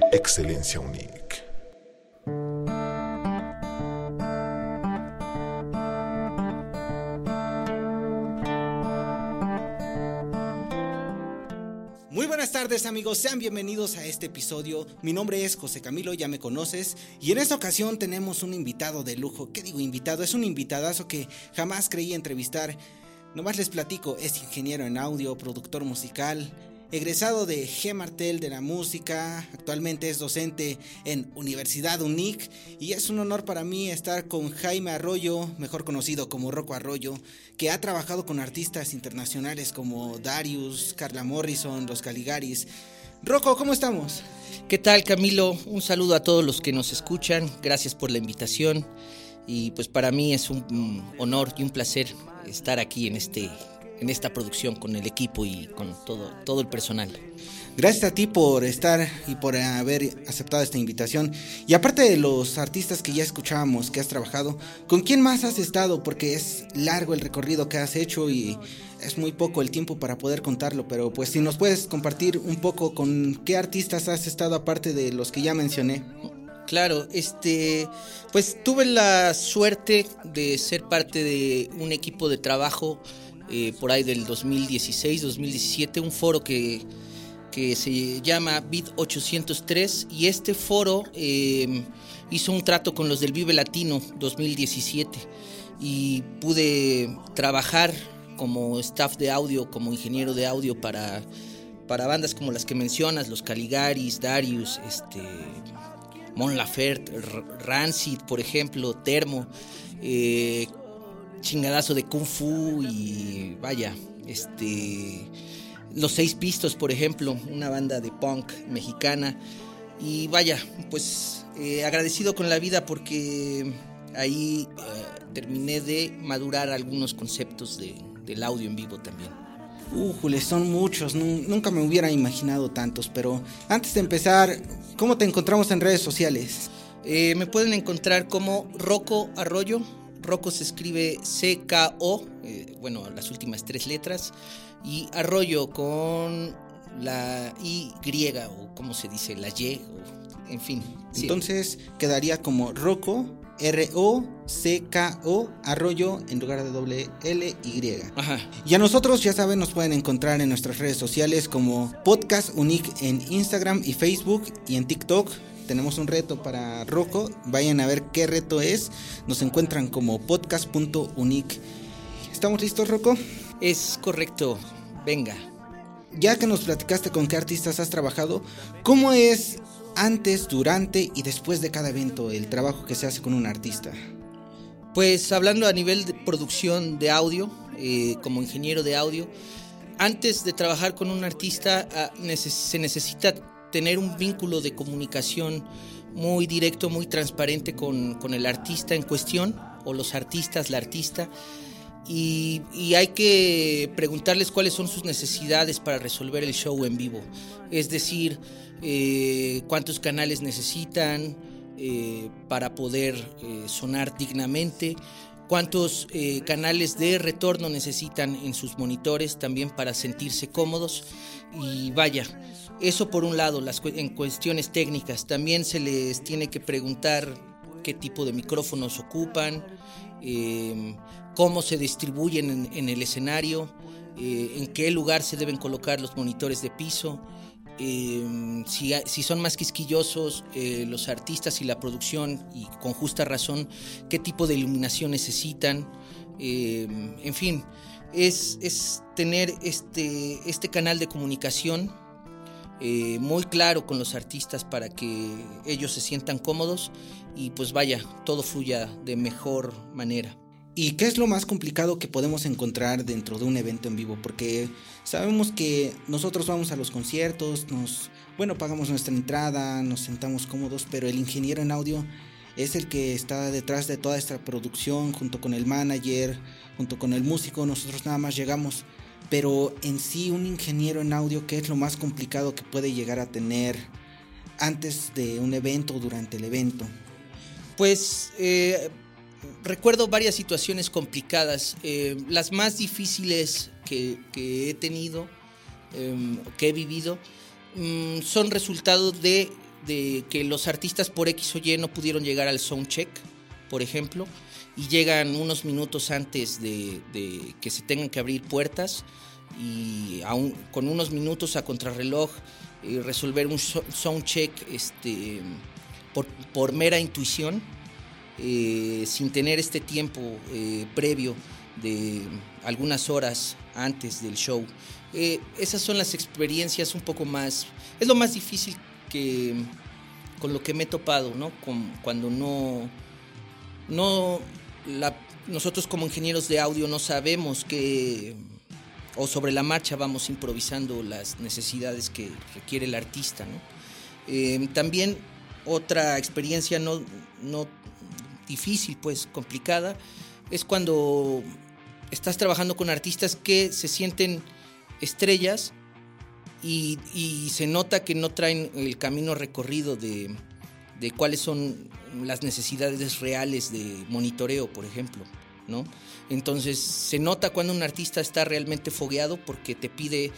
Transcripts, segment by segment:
Excelencia Unique. Muy buenas tardes, amigos, sean bienvenidos a este episodio. Mi nombre es José Camilo, ya me conoces, y en esta ocasión tenemos un invitado de lujo. ¿Qué digo invitado? Es un invitadazo que jamás creí entrevistar. Nomás les platico, es ingeniero en audio, productor musical, egresado de G. Martel de la música, actualmente es docente en Universidad Unique, y es un honor para mí estar con Jaime Arroyo, mejor conocido como Rocco Arroyo, que ha trabajado con artistas internacionales como Darius, Carla Morrison, Los Caligaris. Rocco, ¿cómo estamos? ¿Qué tal, Camilo? Un saludo a todos los que nos escuchan, gracias por la invitación, y pues para mí es un honor y un placer estar aquí en esta producción con el equipo y con todo el personal. Gracias a ti por estar y por haber aceptado esta invitación. Y aparte de los artistas que ya escuchábamos, que has trabajado, ¿con quién más has estado? Porque es largo el recorrido que has hecho y es muy poco el tiempo para poder contarlo, pero pues si nos puedes compartir un poco con qué artistas has estado aparte de los que ya mencioné. Claro, pues tuve la suerte de ser parte de un equipo de trabajo por ahí del 2016-2017, un foro que se llama Beat 803, y este foro hizo un trato con los del Vive Latino 2017 y pude trabajar como staff de audio, como ingeniero de audio para bandas como las que mencionas, Los Caligaris, Darius, Mon Laferte, Rancid, por ejemplo, Termo, chingadazo de Kung Fu y vaya, Los Seis Pistos, por ejemplo, una banda de punk mexicana, y vaya, pues agradecido con la vida porque ahí terminé de madurar algunos conceptos del audio en vivo también. Jule, son muchos, nunca me hubiera imaginado tantos, pero antes de empezar, ¿cómo te encontramos en redes sociales? Me pueden encontrar como Rocco Arroyo. Rocco se escribe C-K-O, las últimas 3 letras, y Arroyo con la Y, o como se dice, la Y, en fin. Sí. Entonces quedaría como Rocco, R-O-C-K-O, Arroyo, en lugar de doble L-Y. Ajá. Y a nosotros, ya saben, nos pueden encontrar en nuestras redes sociales como Podcast Unique en Instagram y Facebook, y en TikTok. Tenemos un reto para Rocco, vayan a ver qué reto es. Nos encuentran como podcast.unique. ¿Estamos listos, Rocco? Es correcto, venga. Ya que nos platicaste con qué artistas has trabajado, ¿cómo es antes, durante y después de cada evento el trabajo que se hace con un artista? Pues hablando a nivel de producción de audio, como ingeniero de audio, antes de trabajar con un artista se necesita tener un vínculo de comunicación muy directo, muy transparente con el artista en cuestión, o los artistas, la artista, y hay que preguntarles cuáles son sus necesidades para resolver el show en vivo. Es decir, cuántos canales necesitan para poder sonar dignamente, cuántos canales de retorno necesitan en sus monitores también para sentirse cómodos. Y vaya, eso por un lado, en cuestiones técnicas. También se les tiene que preguntar qué tipo de micrófonos ocupan, cómo se distribuyen en el escenario, en qué lugar se deben colocar los monitores de piso, si son más quisquillosos los artistas y la producción, y con justa razón, qué tipo de iluminación necesitan, en fin, es tener este canal de comunicación muy claro con los artistas para que ellos se sientan cómodos y pues vaya, todo fluya de mejor manera. ¿Y qué es lo más complicado que podemos encontrar dentro de un evento en vivo? Porque sabemos que nosotros vamos a los conciertos, pagamos nuestra entrada, nos sentamos cómodos, pero el ingeniero en audio es el que está detrás de toda esta producción, junto con el manager, junto con el músico. Nosotros nada más llegamos. Pero en sí, un ingeniero en audio, ¿qué es lo más complicado que puede llegar a tener antes de un evento o durante el evento? Pues recuerdo varias situaciones complicadas. Las más difíciles que he tenido, que he vivido, son resultado de de que los artistas por X o Y no pudieron llegar al soundcheck, por ejemplo, y llegan unos minutos antes de que se tengan que abrir puertas, y aún con unos minutos a contrarreloj resolver un soundcheck por mera intuición, sin tener este tiempo previo de algunas horas antes del show. Esas son las experiencias un poco más, es lo más difícil con lo que me he topado, ¿no? Cuando nosotros como ingenieros de audio no sabemos o sobre la marcha vamos improvisando las necesidades que requiere el artista, ¿no? También otra experiencia no difícil, pues complicada, es cuando estás trabajando con artistas que se sienten estrellas y se nota que no traen el camino recorrido de cuáles son las necesidades reales de monitoreo, por ejemplo, ¿no? Entonces se nota cuando un artista está realmente fogueado porque te pide,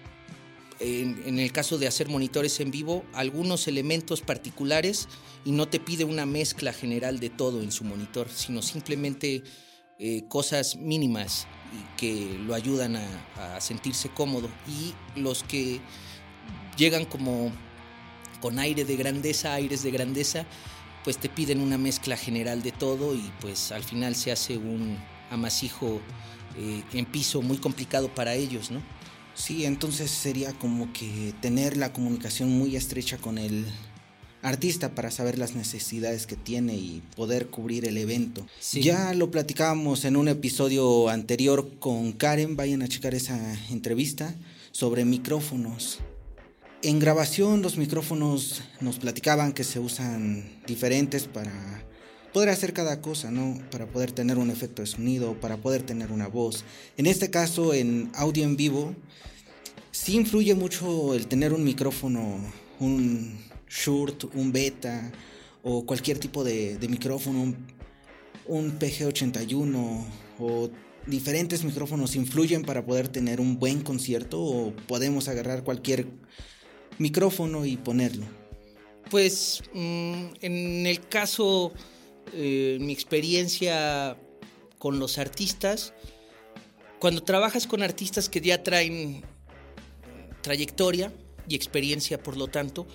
en el caso de hacer monitores en vivo, algunos elementos particulares y no te pide una mezcla general de todo en su monitor, sino simplemente cosas mínimas y que lo ayudan a sentirse cómodo. Y los que llegan como con aires de grandeza, pues te piden una mezcla general de todo y pues al final se hace un amasijo en piso muy complicado para ellos, ¿no? Sí, entonces sería como que tener la comunicación muy estrecha con el artista para saber las necesidades que tiene y poder cubrir el evento. Sí. Ya lo platicábamos en un episodio anterior con Karen, vayan a checar esa entrevista sobre micrófonos. En grabación los micrófonos nos platicaban que se usan diferentes para poder hacer cada cosa, ¿no? Para poder tener un efecto de sonido, para poder tener una voz. En este caso, en audio en vivo, sí influye mucho el tener un micrófono, un Shure, un Beta o cualquier tipo de micrófono, un PG81 o diferentes micrófonos influyen para poder tener un buen concierto, o podemos agarrar cualquier micrófono y ponerlo. Pues en el caso, mi experiencia con los artistas, cuando trabajas con artistas que ya traen trayectoria y experiencia, por lo tanto,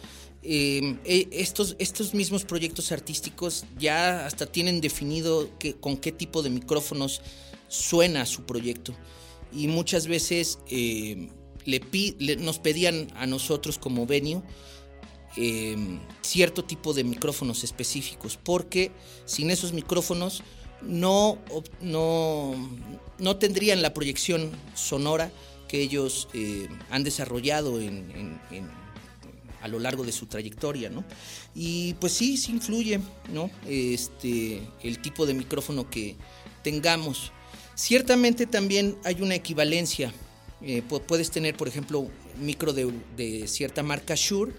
estos mismos proyectos artísticos ya hasta tienen definido con qué tipo de micrófonos suena su proyecto, y muchas veces nos pedían a nosotros como venue cierto tipo de micrófonos específicos, porque sin esos micrófonos no tendrían la proyección sonora que ellos han desarrollado a lo largo de su trayectoria, ¿no? Y pues sí influye, ¿no? El tipo de micrófono que tengamos. Ciertamente también hay una equivalencia. Puedes tener, por ejemplo, un micro de cierta marca Shure,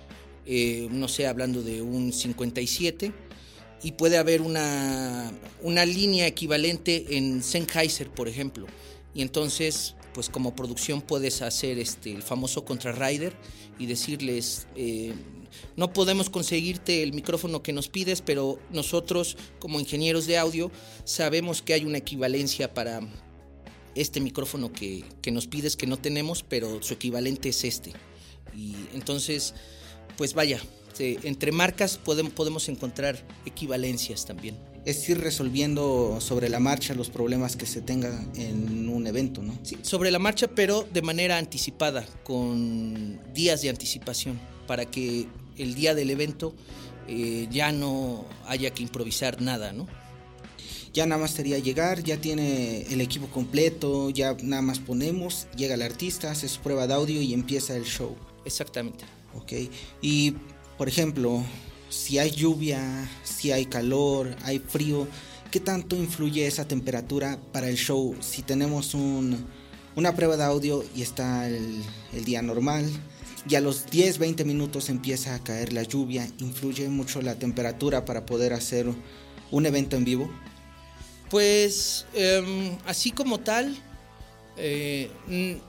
no sé, hablando de un 57, y puede haber una línea equivalente en Sennheiser, por ejemplo, y entonces pues como producción puedes hacer el famoso contrarrider y decirles, no podemos conseguirte el micrófono que nos pides, pero nosotros como ingenieros de audio sabemos que hay una equivalencia para este micrófono que nos pides, que no tenemos, pero su equivalente es este. Y entonces, pues vaya, entre marcas podemos encontrar equivalencias también. Es ir resolviendo sobre la marcha los problemas que se tengan en un evento, ¿no? Sí, sobre la marcha, pero de manera anticipada, con días de anticipación, para que el día del evento ya no haya que improvisar nada, ¿no? Ya nada más sería llegar, ya tiene el equipo completo, ya nada más ponemos, llega el artista, hace su prueba de audio y empieza el show. Exactamente. Ok, y por ejemplo, si hay lluvia, si hay calor, hay frío, ¿qué tanto influye esa temperatura para el show? Si tenemos una prueba de audio y está el día normal, y a los 10-20 minutos empieza a caer la lluvia, ¿influye mucho la temperatura para poder hacer un evento en vivo? Pues así como tal,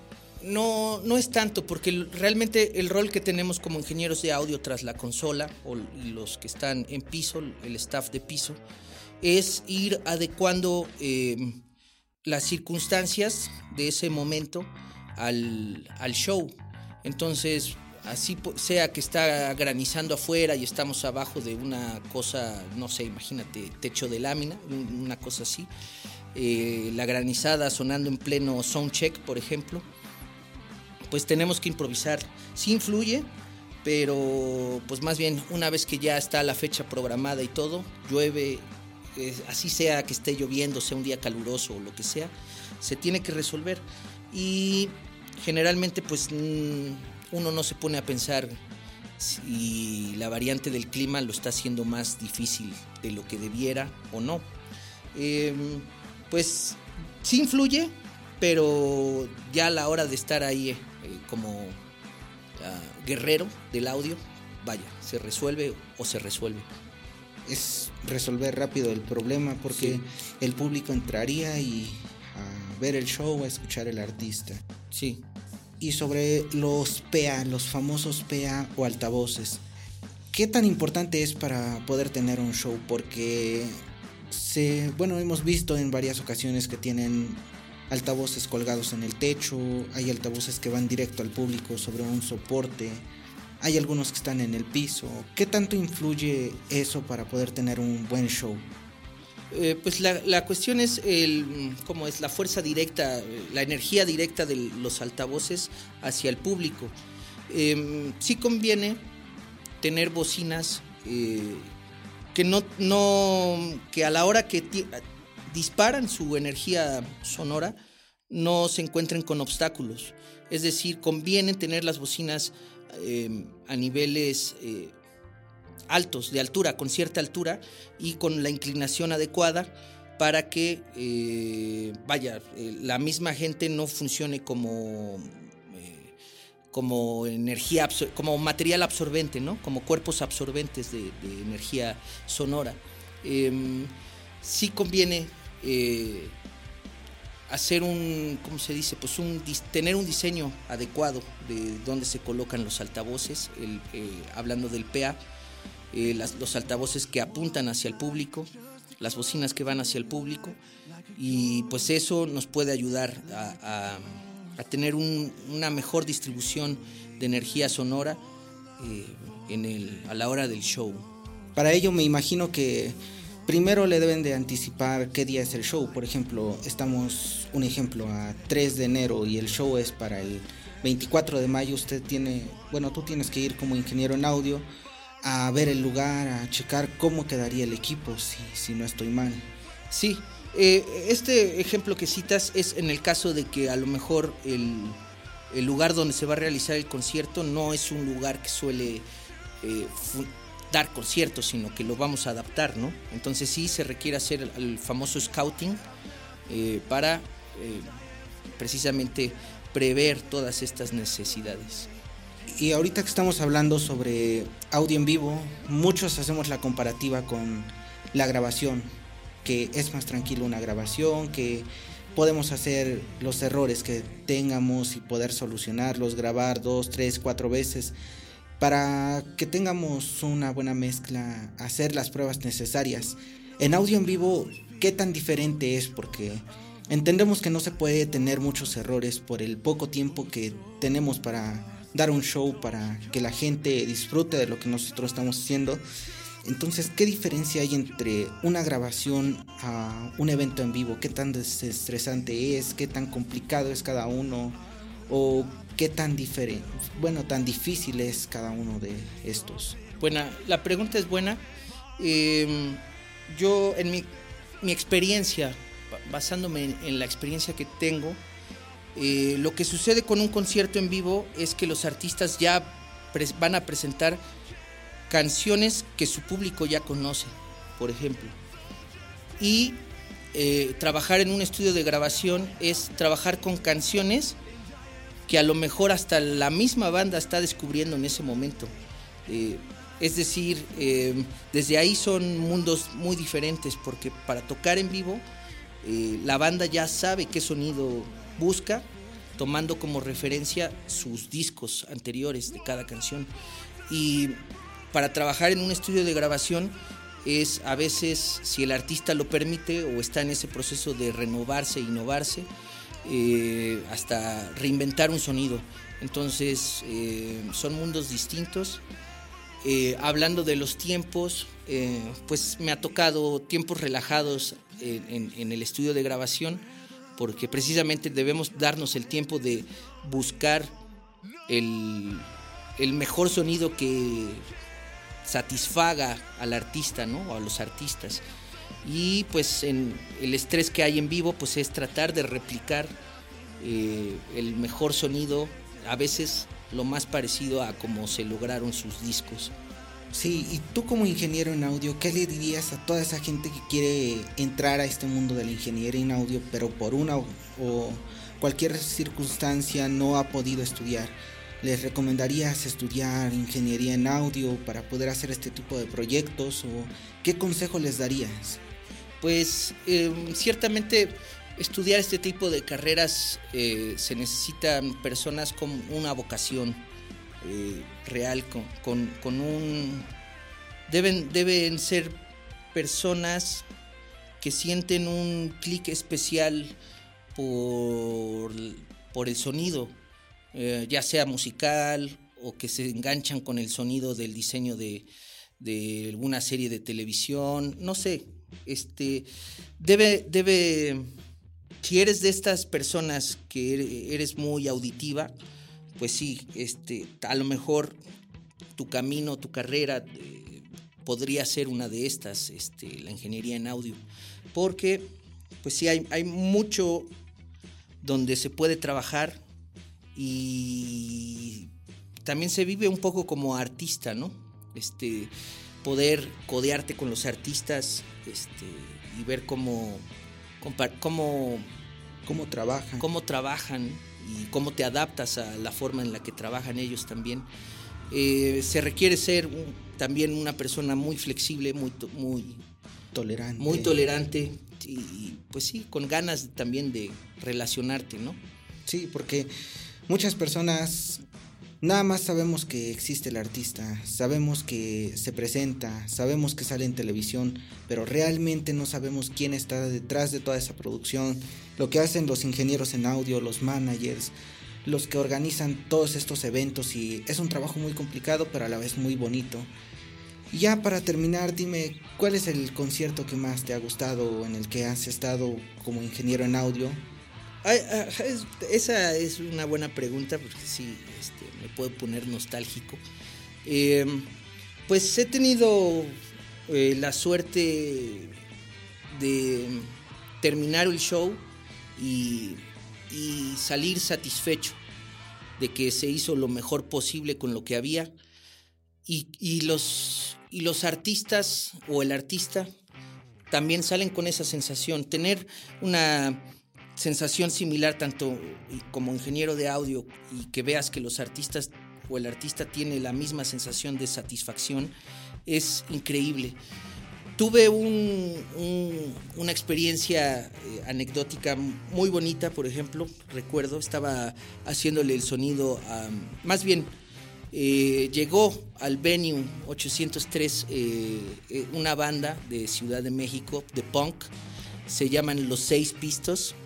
No, no es tanto, porque realmente el rol que tenemos como ingenieros de audio tras la consola, y los que están en piso, el staff de piso, es ir adecuando las circunstancias de ese momento al show. Entonces, así sea que está granizando afuera y estamos abajo de una cosa, no sé, imagínate, techo de lámina, una cosa así, la granizada sonando en pleno soundcheck, por ejemplo, pues tenemos que improvisar. Sí influye, pero pues más bien una vez que ya está la fecha programada y todo, llueve, así sea que esté lloviendo, sea un día caluroso o lo que sea, se tiene que resolver. Y generalmente pues uno no se pone a pensar si la variante del clima lo está haciendo más difícil de lo que debiera o no. Pues sí influye, pero ya a la hora de estar ahí como guerrero del audio, vaya, se resuelve o se resuelve. Es resolver rápido el problema, porque sí, el público entraría y a ver el show, a escuchar al artista. Sí. Y sobre los PA, los famosos PA o altavoces, ¿qué tan importante es para poder tener un show? Porque hemos visto en varias ocasiones que tienen altavoces colgados en el techo, hay altavoces que van directo al público sobre un soporte, hay algunos que están en el piso. ¿Qué tanto influye eso para poder tener un buen show? Pues la cuestión es cómo es la fuerza directa, la energía directa de los altavoces hacia el público. Sí conviene tener bocinas que a la hora que disparan su energía sonora no se encuentren con obstáculos. Es decir, conviene tener las bocinas a niveles altos, de altura, con cierta altura y con la inclinación adecuada para que la misma gente no funcione como energía, como material absorbente, ¿no? Como cuerpos absorbentes de energía sonora. Sí conviene hacer tener un diseño adecuado de dónde se colocan los altavoces, hablando del PA, los altavoces que apuntan hacia el público, las bocinas que van hacia el público, y pues eso nos puede ayudar a tener una mejor distribución de energía sonora a la hora del show. Para ello me imagino que primero le deben de anticipar qué día es el show. Por ejemplo, estamos, un ejemplo, a 3 de enero y el show es para el 24 de mayo. Tú tienes que ir como ingeniero en audio a ver el lugar, a checar cómo quedaría el equipo, si no estoy mal. Sí, este ejemplo que citas es en el caso de que a lo mejor el lugar donde se va a realizar el concierto no es un lugar que suele dar conciertos, sino que lo vamos a adaptar, ¿no? Entonces sí se requiere hacer el famoso scouting para precisamente prever todas estas necesidades. Y ahorita que estamos hablando sobre audio en vivo, muchos hacemos la comparativa con la grabación, que es más tranquilo una grabación, que podemos hacer los errores que tengamos y poder solucionarlos, grabar 2, 3, 4 veces para que tengamos una buena mezcla, hacer las pruebas necesarias. En audio en vivo, ¿qué tan diferente es? Porque entendemos que no se puede tener muchos errores por el poco tiempo que tenemos para dar un show, para que la gente disfrute de lo que nosotros estamos haciendo. Entonces, ¿qué diferencia hay entre una grabación a un evento en vivo? ¿Qué tan desestresante es? ¿Qué tan complicado es cada uno? ¿O qué tan tan difícil es cada uno de estos? Buena, la pregunta es buena. Yo en mi experiencia, basándome en la experiencia que tengo, lo que sucede con un concierto en vivo es que los artistas ya van a presentar canciones que su público ya conoce, por ejemplo. Y trabajar en un estudio de grabación es trabajar con canciones que a lo mejor hasta la misma banda está descubriendo en ese momento. Es decir, desde ahí son mundos muy diferentes, porque para tocar en vivo la banda ya sabe qué sonido busca tomando como referencia sus discos anteriores de cada canción. Y para trabajar en un estudio de grabación es a veces, si el artista lo permite o está en ese proceso de renovarse, innovarse, hasta reinventar un sonido. Entonces son mundos distintos. Hablando de los tiempos, pues me ha tocado tiempos relajados en el estudio de grabación, porque precisamente debemos darnos el tiempo de buscar el mejor sonido que satisfaga al artista, ¿no? O a los artistas. Y pues en el estrés que hay en vivo, pues es tratar de replicar el mejor sonido, a veces lo más parecido a cómo se lograron sus discos. Sí, y tú como ingeniero en audio, ¿qué le dirías a toda esa gente que quiere entrar a este mundo de la ingeniería en audio, pero por una o cualquier circunstancia no ha podido estudiar? ¿Les recomendarías estudiar ingeniería en audio para poder hacer este tipo de proyectos? ¿O qué consejo les darías? Pues ciertamente estudiar este tipo de carreras se necesitan personas con una vocación real, con un... Deben ser personas que sienten un clic especial por el sonido, ya sea musical o que se enganchan con el sonido del diseño de alguna serie de televisión, no sé, debe, si eres de estas personas que eres muy auditiva, pues sí, a lo mejor tu camino, tu carrera podría ser una de estas, la ingeniería en audio, porque pues sí hay mucho donde se puede trabajar y también se vive un poco como artista, ¿no? Poder codearte con los artistas, y ver cómo trabajan y cómo te adaptas a la forma en la que trabajan ellos también. Se requiere ser también una persona muy flexible, muy tolerante y pues sí, con ganas también de relacionarte, ¿no? Sí, porque muchas personas nada más sabemos que existe el artista, sabemos que se presenta, sabemos que sale en televisión, pero realmente no sabemos quién está detrás de toda esa producción, lo que hacen los ingenieros en audio, los managers, los que organizan todos estos eventos, y es un trabajo muy complicado pero a la vez muy bonito. Y ya para terminar, dime, ¿cuál es el concierto que más te ha gustado en el que has estado como ingeniero en audio? Esa es una buena pregunta porque sí, me puedo poner nostálgico. Pues he tenido la suerte de terminar el show y salir satisfecho de que se hizo lo mejor posible con lo que había, y los artistas o el artista también salen con esa sensación. Tener una sensación similar tanto como ingeniero de audio y que veas que los artistas o el artista tiene la misma sensación de satisfacción es increíble. Tuve una experiencia anecdótica muy bonita. Por ejemplo, recuerdo, estaba haciéndole el sonido más bien llegó al Venue 803 una banda de Ciudad de México de punk, se llaman Los Seis Pistos,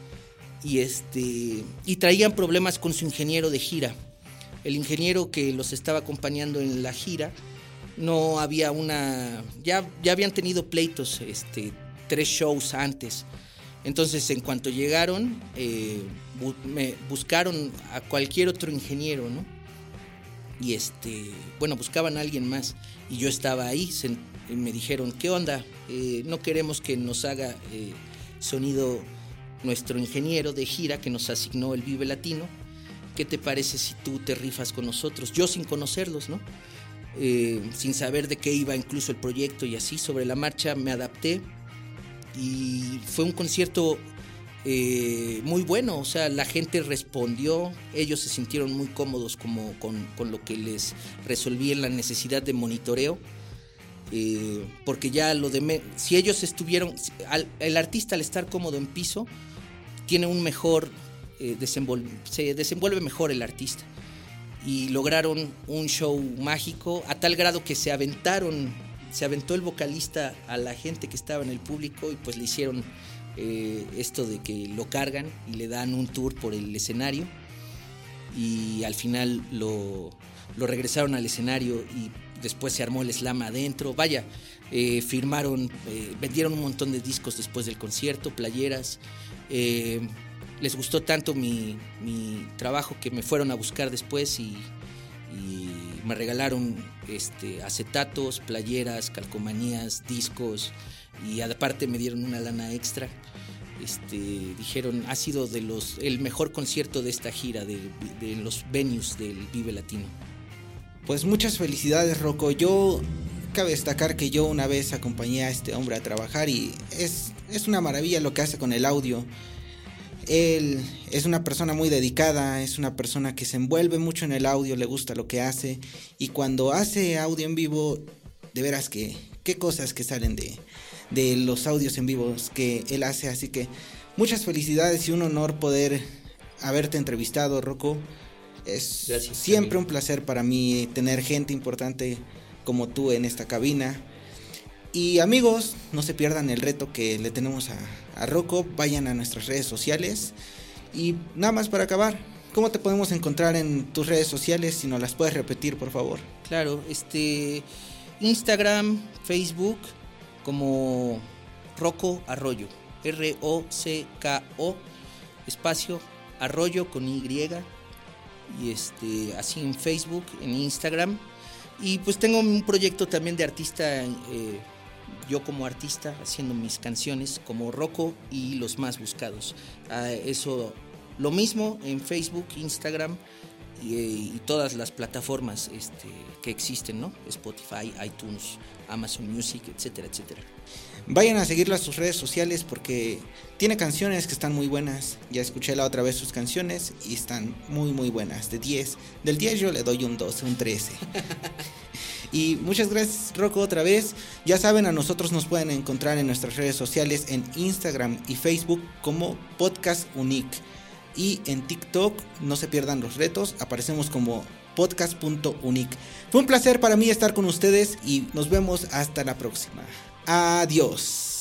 y traían problemas con su ingeniero de gira. El ingeniero que los estaba acompañando en la gira no había ya habían tenido pleitos 3 shows antes. Entonces, en cuanto llegaron, me buscaron a cualquier otro ingeniero, ¿no? Y buscaban a alguien más y yo estaba ahí. Y me dijeron, ¿qué onda? No queremos que nos haga sonido nuestro ingeniero de gira que nos asignó el Vive Latino. ¿Qué te parece si tú te rifas con nosotros? Yo sin conocerlos, ¿no? Sin saber de qué iba incluso el proyecto, y así sobre la marcha me adapté y fue un concierto muy bueno. O sea, la gente respondió, ellos se sintieron muy cómodos con lo que les resolví en la necesidad de monitoreo, porque ya si ellos estuvieron, el artista al estar cómodo en piso tiene un mejor se desenvuelve mejor el artista. Y lograron un show mágico a tal grado que se aventó el vocalista a la gente que estaba en el público y pues le hicieron esto de que lo cargan y le dan un tour por el escenario y al final lo regresaron al escenario y después se armó el slam adentro. Vaya, firmaron, vendieron un montón de discos después del concierto, playeras. Les gustó tanto mi trabajo que me fueron a buscar después y me regalaron acetatos, playeras, calcomanías, discos y aparte me dieron una lana extra. Dijeron, ha sido el mejor concierto de esta gira de los venues del Vive Latino. Pues muchas felicidades, Rocco. Cabe destacar que yo una vez acompañé a este hombre a trabajar y es una maravilla lo que hace con el audio. Él es una persona muy dedicada, es una persona que se envuelve mucho en el audio, le gusta lo que hace y cuando hace audio en vivo, de veras que qué cosas que salen de los audios en vivos que él hace, así que muchas felicidades y un honor poder haberte entrevistado, Rocco. Es Gracias, siempre también. Un placer para mí tener gente importante como tú en esta cabina. Y amigos, no se pierdan el reto que le tenemos a Rocco, vayan a nuestras redes sociales. Y nada más para acabar, ¿cómo te podemos encontrar en tus redes sociales? Si nos las puedes repetir, por favor. Claro, Instagram, Facebook, como Rocco Arroyo, ROCKO, espacio, Arroyo con Y, y así en Facebook, en Instagram. Y pues tengo un proyecto también de artista, yo como artista haciendo mis canciones como Rocco y los más buscados. Eso lo mismo en Facebook, Instagram y todas las plataformas que existen, ¿no? Spotify, iTunes, Amazon Music, etcétera, etcétera. Vayan a seguirlo a sus redes sociales porque tiene canciones que están muy buenas. Ya escuché la otra vez sus canciones y están muy muy buenas. Del 10 yo le doy un 12, un 13. Y muchas gracias, Rocco, otra vez. Ya saben, a nosotros nos pueden encontrar en nuestras redes sociales en Instagram y Facebook como Podcast Unique. Y en TikTok, no se pierdan los retos, aparecemos como podcast.unique. Fue un placer para mí estar con ustedes y nos vemos hasta la próxima. Adiós.